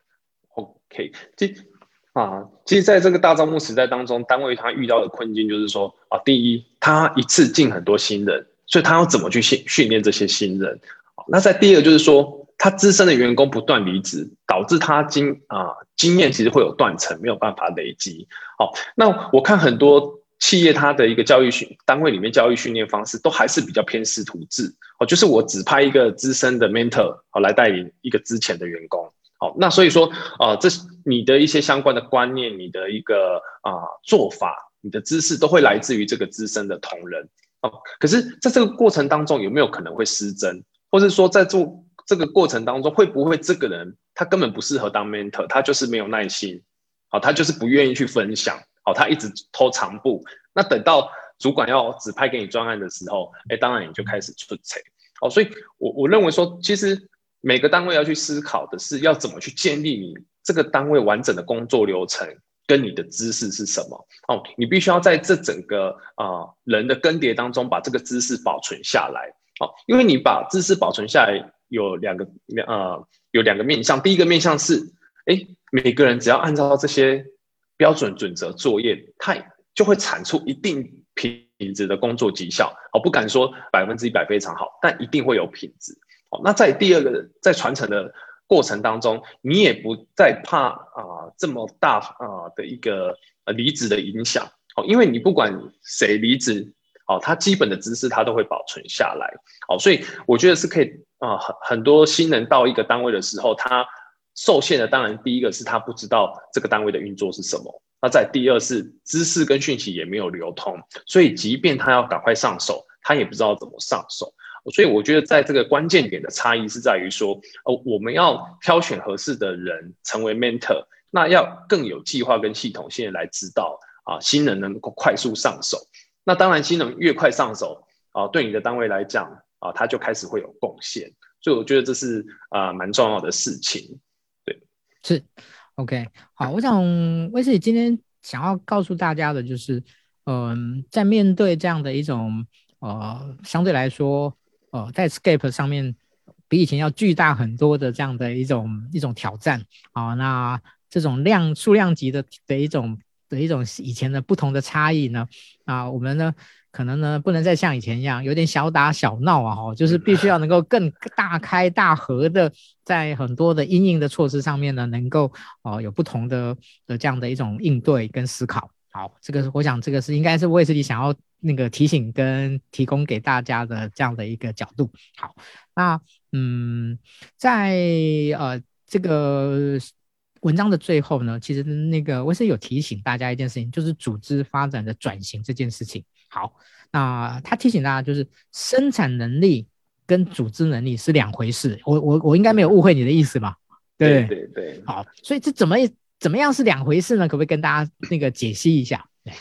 Speaker 2: OK， 其实在这个大招募时代当中，单位他遇到的困境就是说第一，他一次进很多新人，所以他要怎么去训练这些新人那在第二就是说，他资深的员工不断离职，导致他经验其实会有断层，没有办法累积那我看很多企业它的一个单位里面教育训练方式都还是比较偏师徒制就是我只派一个资深的 mentor 来带领一个之前的员工那所以说这你的一些相关的观念，你的一个做法，你的知识都会来自于这个资深的同仁可是在这个过程当中有没有可能会失真，或是说在做这个过程当中会不会这个人他根本不适合当 mentor， 他就是没有耐心他就是不愿意去分享他一直偷长步，那等到主管要指派给你专案的时候当然你就开始出错所以我认为说其实每个单位要去思考的是要怎么去建立你这个单位完整的工作流程跟你的知识是什么你必须要在这整个人的更迭当中把这个知识保存下来因为你把知识保存下来有两个面向。第一个面向是每个人只要按照这些标准准则作业，它就会产出一定品质的工作绩效不敢说100%非常好，但一定会有品质那在第二个在传承的过程当中，你也不再怕这么大的一个离职的影响因为你不管谁离职他基本的知识他都会保存下来所以我觉得是可以很多新人到一个单位的时候，他受限的当然第一个是他不知道这个单位的运作是什么，那再第二是知识跟讯息也没有流通，所以即便他要赶快上手，他也不知道怎么上手所以我觉得在这个关键点的差异是在于说我们要挑选合适的人成为 mentor， 那要更有计划跟系统性的来指导新人能够快速上手。那当然新人越快上手对你的单位来讲他就开始会有贡献，所以我觉得这是蛮重要的事情。对，
Speaker 1: 是 OK。 好，我想威斯理今天想要告诉大家的就是在面对这样的一种相对来说在 Scape 上面比以前要巨大很多的这样的一种挑战那这种数量级的一种的一种以前的不同的差异呢，我们呢可能呢不能再像以前一样有点小打小闹就是必须要能够更大开大合的，在很多的因应的措施上面呢，能够有不同的这样的一种应对跟思考。好，这个我想这个是应该是卫斯理想要那个提醒跟提供给大家的这样的一个角度。好，那在这个文章的最后呢，其实那个卫斯理有提醒大家一件事情，就是组织发展的转型这件事情。好，那他提醒大家就是生产能力跟组织能力是两回事。我应该没有误会你的意思吧？
Speaker 2: 对对对。
Speaker 1: 好，所以这怎么样是两回事呢？可不可以跟大家那个解析一下？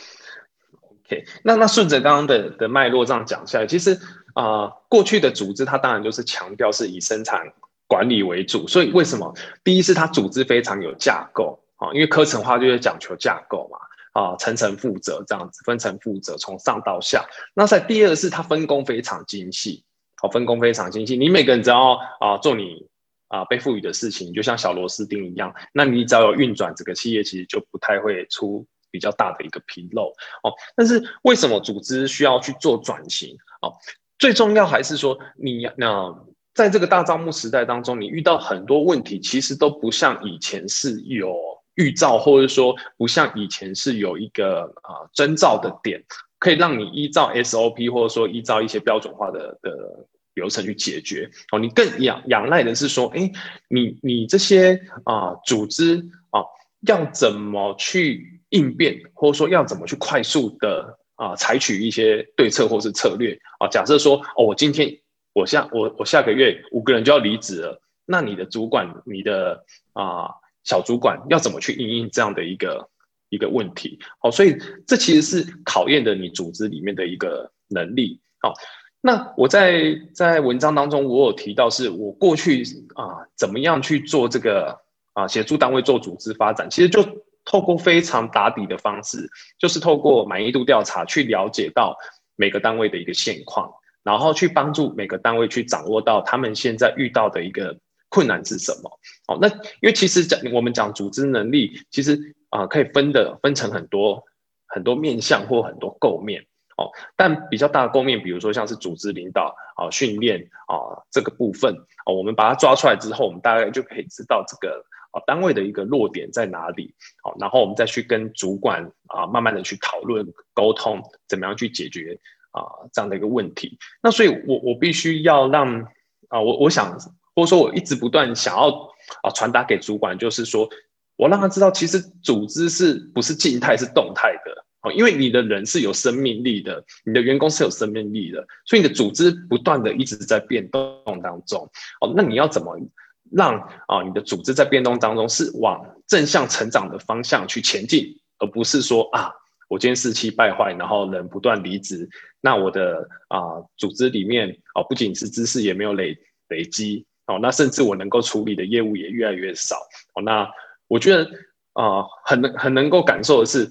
Speaker 2: OK， 那顺着刚刚的脉络这样讲下来，其实过去的组织它当然就是强调是以生产管理为主，所以为什么第一是它组织非常有架构因为科层化就是讲求架构嘛层层负责这样子，分层负责从上到下。那在第二是它分工非常精细分工非常精细，你每个人只要做你被赋予的事情，就像小螺丝钉一样，那你只要有运转，整个企业其实就不太会出比较大的一个纰漏但是为什么组织需要去做转型最重要还是说你在这个大招募时代当中，你遇到很多问题，其实都不像以前是有预兆，或者说不像以前是有一个征兆的点，可以让你依照 SOP 或者说依照一些标准化的流程去解决你更仰赖的是说你这些组织要怎么去应变，或者说要怎么去快速的采取一些对策或是策略假设说我今天我下个月5个人就要离职了，那你的主管你的小主管要怎么去因应这样的一个问题所以这其实是考验的你组织里面的一个能力那我在文章当中我有提到是我过去怎么样去做这个协助单位做组织发展，其实就透过非常打底的方式，就是透过满意度调查去了解到每个单位的一个现况，然后去帮助每个单位去掌握到他们现在遇到的一个困难是什么那因为其实我们讲组织能力，其实可以分成很多面向或很多构面但比较大的构面，比如说像是组织领导训练这个部分我们把它抓出来之后，我们大概就可以知道这个单位的一个弱点在哪里然后我们再去跟主管慢慢的去讨论沟通，怎么样去解决这样的一个问题。那所以我必须要让我想或者说我一直不断想要传达给主管，就是说我让他知道其实组织是不是静态是动态的因为你的人是有生命力的，你的员工是有生命力的，所以你的组织不断的一直在变动当中那你要怎么让你的组织在变动当中是往正向成长的方向去前进，而不是说我今天士气败坏，然后人不断离职，那我的组织里面不仅是知识也没有累积那甚至我能够处理的业务也越来越少那我觉得很能够感受的是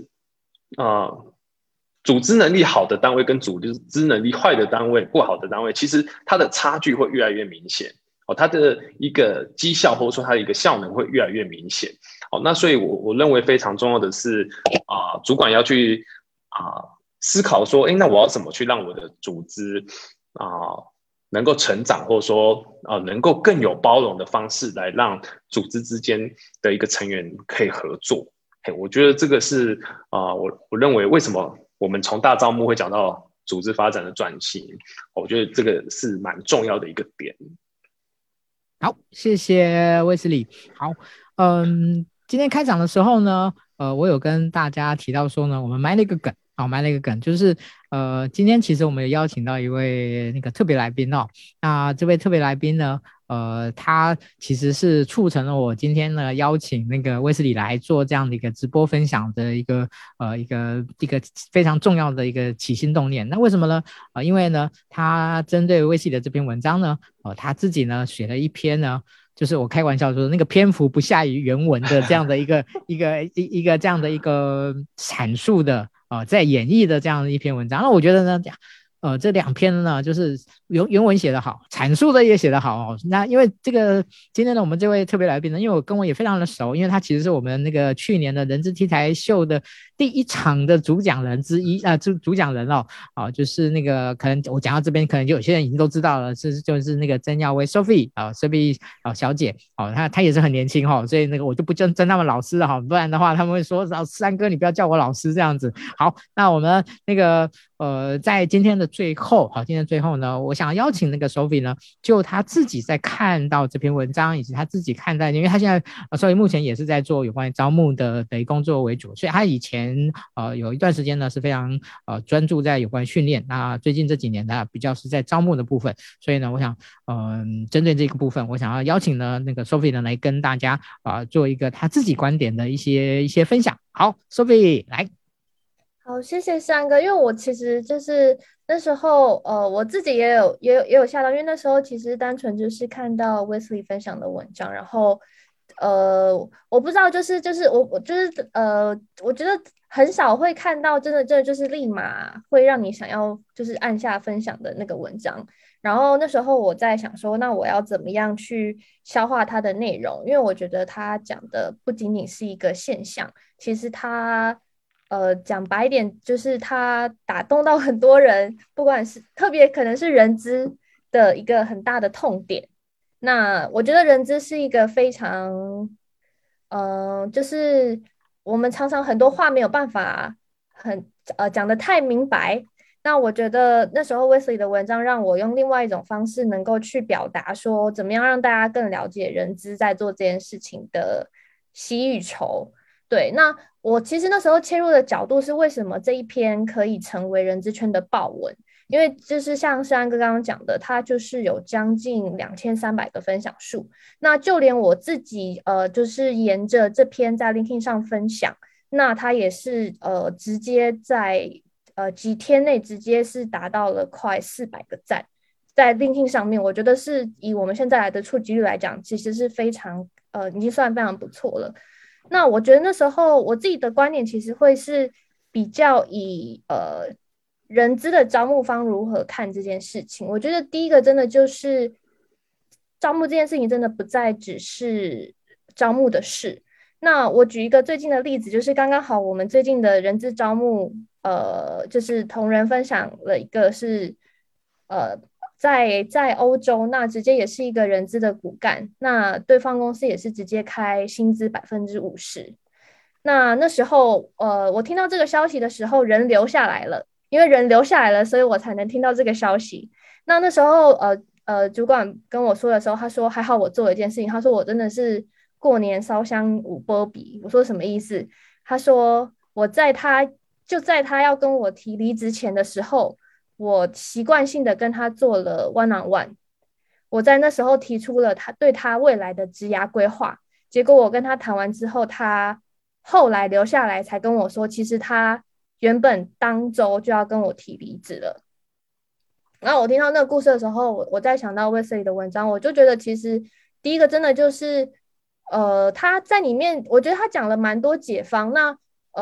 Speaker 2: 组织能力好的单位跟组织能力坏的单位不好的单位，其实它的差距会越来越明显它的一个绩效或者说它的一个效能会越来越明显那所以我认为非常重要的是主管要去思考说那我要怎么去让我的组织能够成长，或者说能够更有包容的方式来让组织之间的一个成员可以合作我觉得这个是我认为为什么我们从大招募会讲到组织发展的转型我觉得这个是蛮重要的一个点。
Speaker 1: 好，谢谢卫斯理。好，今天开场的时候呢，我有跟大家提到说呢，我们埋了一个梗，就是今天其实我们有邀请到一位那个特别来宾那这位特别来宾呢，他其实是促成了我今天呢邀请那个卫斯理来做这样的一个直播分享的一个非常重要的一个起心动念。那为什么呢？因为呢，他针对卫斯理的这篇文章呢，他自己呢写了一篇呢。就是我开玩笑说那个篇幅不下于原文的这样的一个这样的一个阐述的在演绎的这样的一篇文章。那我觉得呢这两篇呢就是原文写得好，阐述的也写得好那因为这个今天呢我们这位特别来宾呢，因为我跟我也非常的熟，因为他其实是我们那个去年的人资 T 台秀的第一场的主讲人之一主讲人就是那个可能我讲到这边，可能就有些人已经都知道了，就是那个曾耀威 Sophie Sophie 小姐她也是很年轻所以那个我就不称他们老师了不然的话他们会说三哥你不要叫我老师这样子。好，那我们那个在今天的最后呢，我想邀请那个 Sophie 呢，就她自己在看到这篇文章，以及她自己看待，因为她现在Sophie 目前也是在做有关于招募的工作为主，所以她以前有一段时间呢是非常专注在有关训练，那最近这几年呢比较是在招募的部分，所以呢我想针对这个部分，我想要邀请呢那个 Sophie 呢来跟大家做一个她自己观点的一些分享。好 Sophie 来。
Speaker 3: 好，谢谢山哥。因为我其实就是那时候，我自己也有吓到，因为那时候其实单纯就是看到 Wesley 分享的文章，然后，我不知道，就是我就是我觉得很少会看到真的就是立马会让你想要就是按下分享的那个文章。然后那时候我在想说，那我要怎么样去消化它的内容？因为我觉得他讲的不仅仅是一个现象，其实他。讲白一点，就是它打动到很多人，不管是特别可能是人资的一个很大的痛点。那我觉得人资是一个非常，就是我们常常很多话没有办法讲得太明白。那我觉得那时候 Wesley 的文章让我用另外一种方式能够去表达说，怎么样让大家更了解人资在做这件事情的喜与愁。对，那我其实那时候切入的角度是为什么这一篇可以成为人资圈的爆文，因为就是像世安哥刚刚讲的，它就是有将近2300个分享数，那就连我自己就是沿着这篇在 LinkedIn 上分享，那它也是直接在几天内直接是达到了快400个赞，在 LinkedIn 上面，我觉得是以我们现在来的触及率来讲，其实是非常已经算非常不错了。那我觉得那时候我自己的观点其实会是比较以人资的招募方如何看这件事情。我觉得第一个真的就是招募这件事情真的不再只是招募的事。那我举一个最近的例子，就是刚刚好我们最近的人资招募就是同仁分享了一个是在欧洲，那直接也是一个人资的骨干，那对方公司也是直接开薪资50%。那时候我听到这个消息的时候，人留下来了，因为人留下来了，所以我才能听到这个消息。那时候主管跟我说的时候，他说还好我做了一件事情，他说我真的是过年烧香五波比。我说什么意思？他说就在他要跟我提离职前的时候，我习惯性的跟他做了 one-on-one， 我在那时候提出了对他未来的职涯规划，结果我跟他谈完之后，他后来留下来才跟我说，其实他原本当周就要跟我提离职了。然后我听到那个故事的时候，我在想到 Wesley 的文章，我就觉得其实第一个真的就是他在里面我觉得他讲了蛮多解方。那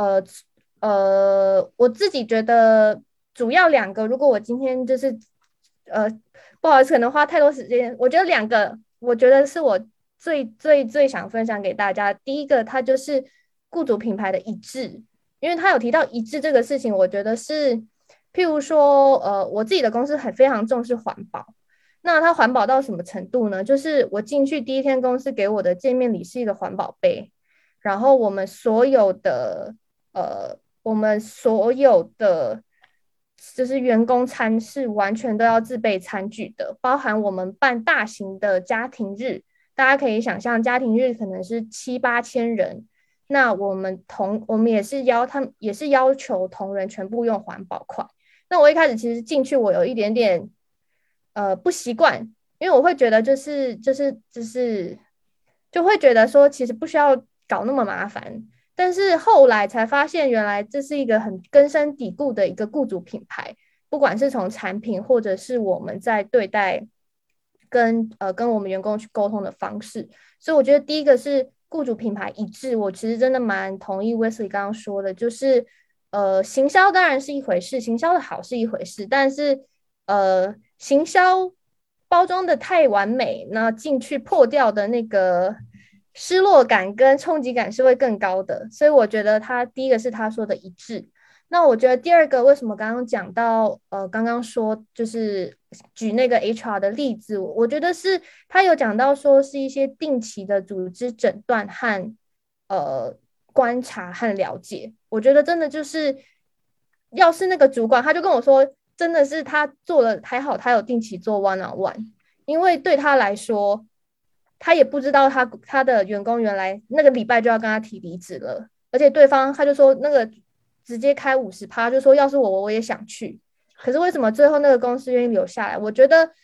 Speaker 3: 我自己觉得主要2个，如果我今天就是不好意思可能花太多时间，我觉得2个我觉得是我最想分享给大家。第一个它就是雇主品牌的一致，因为他有提到一致这个事情，我觉得是譬如说我自己的公司非常重视环保。那它环保到什么程度呢？就是我进去第一天，公司给我的见面礼是一个环保杯，然后我们所有的就是员工餐是完全都要自备餐具的，包含我们办大型的家庭日，大家可以想象家庭日可能是7-8千人，那我们也是要求同仁全部用环保筷。那我一开始其实进去我有一点点不习惯，因为我会觉得就会觉得说其实不需要搞那么麻烦，但是后来才发现原来这是一个很根深蒂固的一个雇主品牌，不管是从产品或者是我们在对待跟我们员工去沟通的方式。所以我觉得第一个是雇主品牌一致，我其实真的蛮同意 Wesley 刚刚说的，就是行销当然是一回事，行销的好是一回事，但是行销包装的太完美，那进去破掉的那个失落感跟冲击感是会更高的。所以我觉得他第一个是他说的一致。那我觉得第二个，为什么刚刚讲到刚刚说就是举那个 HR 的例子，我觉得是他有讲到说是一些定期的组织诊断和观察和了解。我觉得真的就是要是那个主管他就跟我说真的是他做了还好他有定期做 one-on-one， 因为对他来说他也不知道他的员工原来那个礼拜就要跟他提离职了，而且对方他就说那个直接开50%，就说要是我也想去，可是为什么最后那个公司愿意留下来？我觉得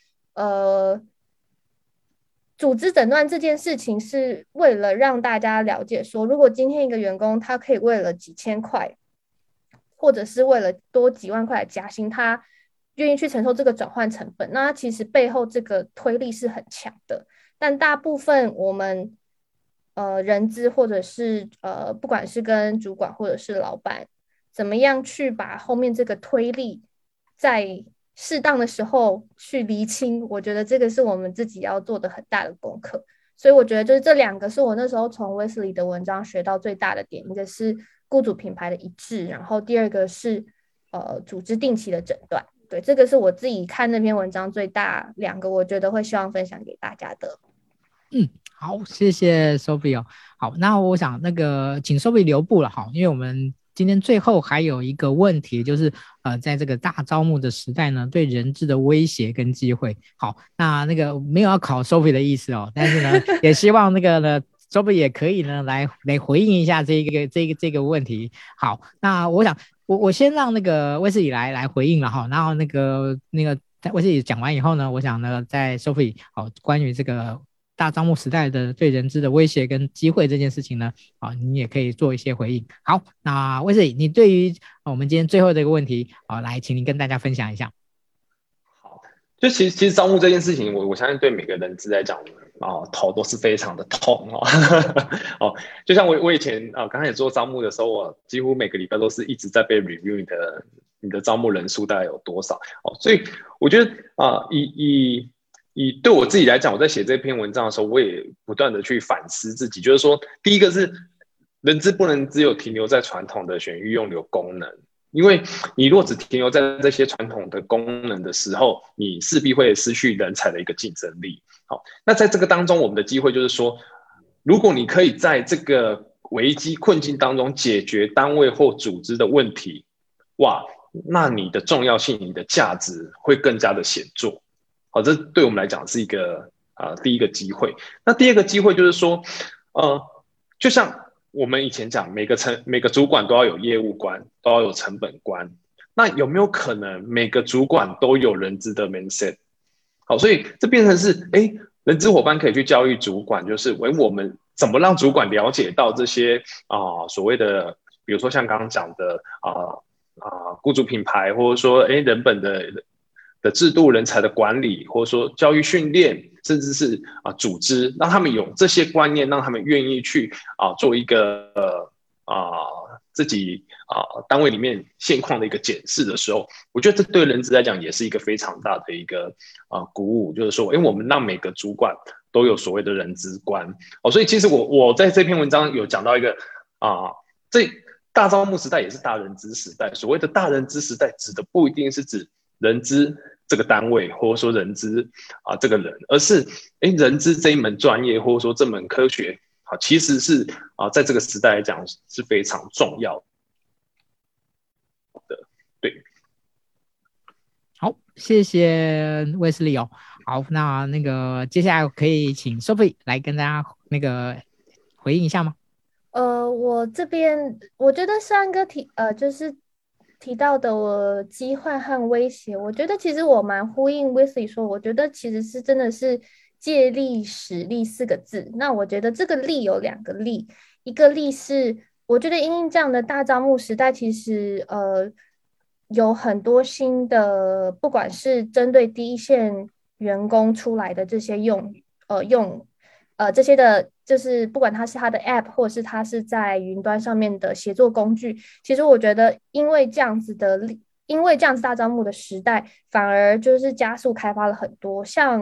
Speaker 3: 组织诊断这件事情是为了让大家了解说，如果今天一个员工他可以为了几千块或者是为了多几万块的加薪，他愿意去承受这个转换成本，那其实背后这个推力是很强的。但大部分我们人资或者是不管是跟主管或者是老板怎么样去把后面这个推力在适当的时候去厘清，我觉得这个是我们自己要做的很大的功课。所以我觉得就是这两个是我那时候从 Wesley 的文章学到最大的点，一个是雇主品牌的一致，然后第二个是组织定期的诊断。对，这个是我自己看那篇文章最大两个我觉得会希望分享给大家的。
Speaker 1: 好，谢谢 Sophie 哦。好，那我想那个请 Sophie 留步了哈，因为我们今天最后还有一个问题，就是在这个大招募的时代呢，对人资的威胁跟机会。好，那个没有要考 Sophie 的意思哦，但是呢，也希望那个呢 Sophie 也可以呢来回应一下这个问题。好，那我想我先让那个威斯理来回应了哈，然后那个威斯理讲完以后呢，我想呢在 Sophie 好关于这个大招募时代的对人资的威胁跟机会这件事情呢，你也可以做一些回应。好，那威斯理，你对于我们今天最后的一个问题，来，请您跟大家分享一下。
Speaker 2: 好，就其实招募这件事情，我相信对每个人资来讲，头都是非常的痛哦。就像我以前刚开始做招募的时候，我几乎每个礼拜都是一直在被 review 你的招募人数大概有多少哦。所以我觉得以对我自己来讲，我在写这篇文章的时候，我也不断的去反思自己，就是说，第一个是人资不能只有停留在传统的选育用留功能，因为你如果只停留在这些传统的功能的时候，你势必会失去人才的一个竞争力。好，那在这个当中，我们的机会就是说，如果你可以在这个危机困境当中解决单位或组织的问题，哇，那你的重要性、你的价值会更加的显著。好，这对我们来讲是一个第一个机会。那第二个机会就是说，就像我们以前讲，每个主管都要有业务观，都要有成本观。那有没有可能每个主管都有人资的 mindset？ 好，所以这变成是，人资伙伴可以去教育主管，就是我们怎么让主管了解到这些所谓的，比如说像刚刚讲的雇主品牌，或者说人本的制度、人才的管理，或者说教育训练，甚至是组织，让他们有这些观念，让他们愿意去做一个自己单位里面现况的一个检视的时候，我觉得这对人资来讲也是一个非常大的一个鼓舞，就是说，我们让每个主管都有所谓的人资观。所以其实我在这篇文章有讲到一个这大招募时代也是大人资时代。所谓的大人资时代，指的不一定是指人资这个单位，或者说人资这个人，而是人资这一门专业，或者说这门科学，其实是在这个时代来讲是非常重要的。对，
Speaker 1: 好，谢谢威斯利哦。好，那个接下来可以请 Sophie 来跟大家回应一下吗？
Speaker 3: 我这边我觉得山哥就是提到的机会和威胁，我觉得其实我蛮呼应 Wesley 说，我觉得其实是真的是借力使力4个字。那我觉得这个力有2个力，一个力是我觉得因应这样的大招募时代，其实有很多新的，不管是针对第一线员工出来的这些这些的，就是不管它是它的 App 或者是它是在云端上面的协作工具，其实我觉得因为这样子大招募的时代，反而就是加速开发了很多。像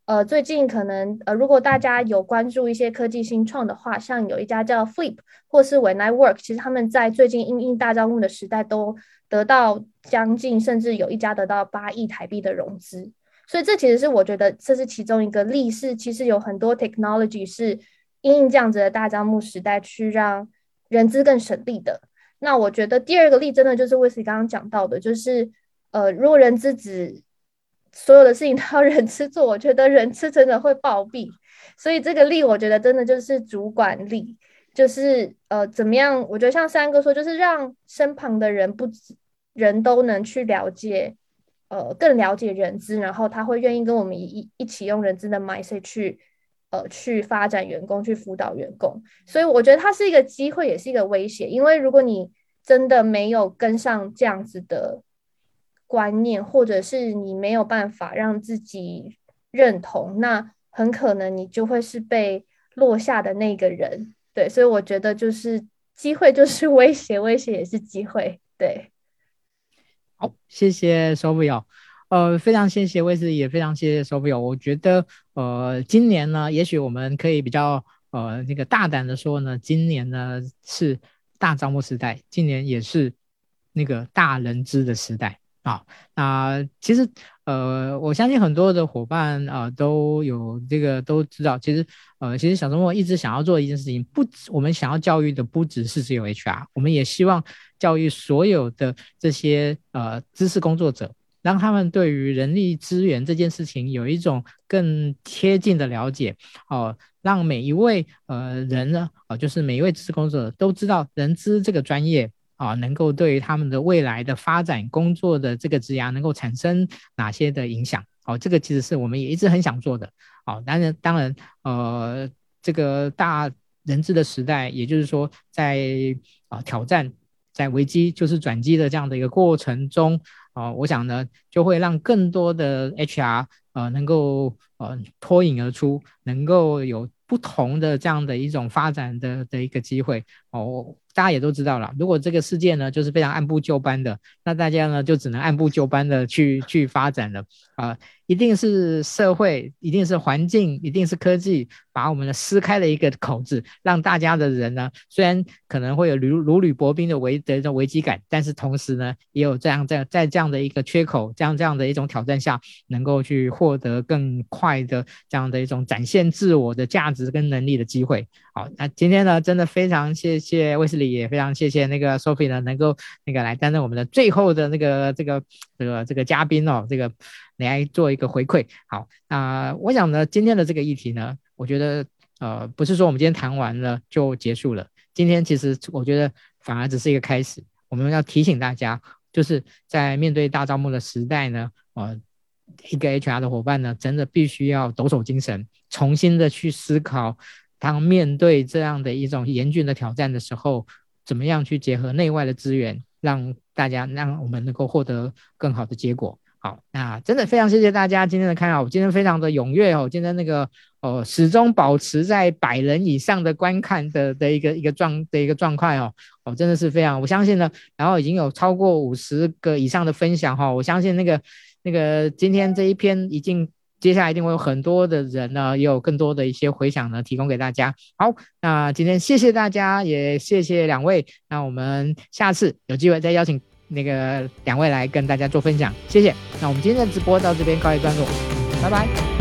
Speaker 3: 最近可能如果大家有关注一些科技新创的话，像有一家叫 Flip 或是 When I Work， 其实他们在最近因应大招募的时代都得到将近，甚至有一家得到8亿台币的融资。所以这其实是我觉得这是其中一个例，是其实有很多 technology 是因应这样子的大招募时代去让人资更省力的。那我觉得第二个例真的就是Wesley刚刚讲到的，就是如果人资只所有的事情都要人资做，我觉得人资真的会暴毙。所以这个例我觉得真的就是主管力，就是怎么样，我觉得像3哥说，就是让身旁的人不止人都能去了解更了解人资，然后他会愿意跟我们一起用人资的 mindset 去发展员工，去辅导员工。所以我觉得它是一个机会，也是一个威胁。因为如果你真的没有跟上这样子的观念，或者是你没有办法让自己认同，那很可能你就会是被落下的那个人。对，所以我觉得就是机会就是威胁，威胁也是机会。对。
Speaker 1: 好，谢谢 Sophia。非常谢谢Wesley，也非常谢谢 Sophia。我觉得今年呢，也许我们可以比较那个大胆的说呢，今年呢是大招募时代，今年也是那个大人资的时代啊。那其实我相信很多的伙伴都有这个都知道，其实小周末一直想要做的一件事情，我们想要教育的不只是只有 HR， 我们也希望教育所有的这些知识工作者，让他们对于人力资源这件事情有一种更贴近的了解让每一位人呢就是每一位知识工作者都知道人资这个专业能够对于他们的未来的发展工作的这个职涯能够产生哪些的影响这个其实是我们也一直很想做的当然这个大人资的时代，也就是说在挑战在危机就是转机的这样的一个过程中我想呢就会让更多的 HR能够脱颖而出，能够有不同的这样的一种发展的一个机会大家也都知道了，如果这个世界呢就是非常按部就班的，那大家呢就只能按部就班的去发展了一定是社会，一定是环境，一定是科技把我们的撕开了一个口子，让大家的人呢虽然可能会有如履薄冰的危机感，但是同时呢也有在这样的一个缺口，这样的一种挑战下，能够去获得更快的这样的一种展现自我的价值跟能力的机会。好，那今天呢真的非常谢谢卫斯理，也非常谢谢那个 Sophie 呢能够那个来担任我们的最后的那个这个嘉宾这个来做一个回馈。好，那我想呢今天的这个议题呢，我觉得不是说我们今天谈完了就结束了，今天其实我觉得反而只是一个开始。我们要提醒大家，就是在面对大招募的时代呢一个 HR 的伙伴呢真的必须要抖擞精神，重新的去思考当面对这样的一种严峻的挑战的时候，怎么样去结合内外的资源，让我们能够获得更好的结果。好，那真的非常谢谢大家今天的看好，今天非常的踊跃今天那个始终保持在100人以上的观看的一个状况真的是非常，我相信呢，然后已经有超过50个以上的分享我相信那个今天这一篇接下来一定会有很多的人呢，也有更多的一些回响呢提供给大家。好，那今天谢谢大家，也谢谢2位，那我们下次有机会再邀请那个2位来跟大家做分享，谢谢。那我们今天的直播到这边告一段落，拜拜。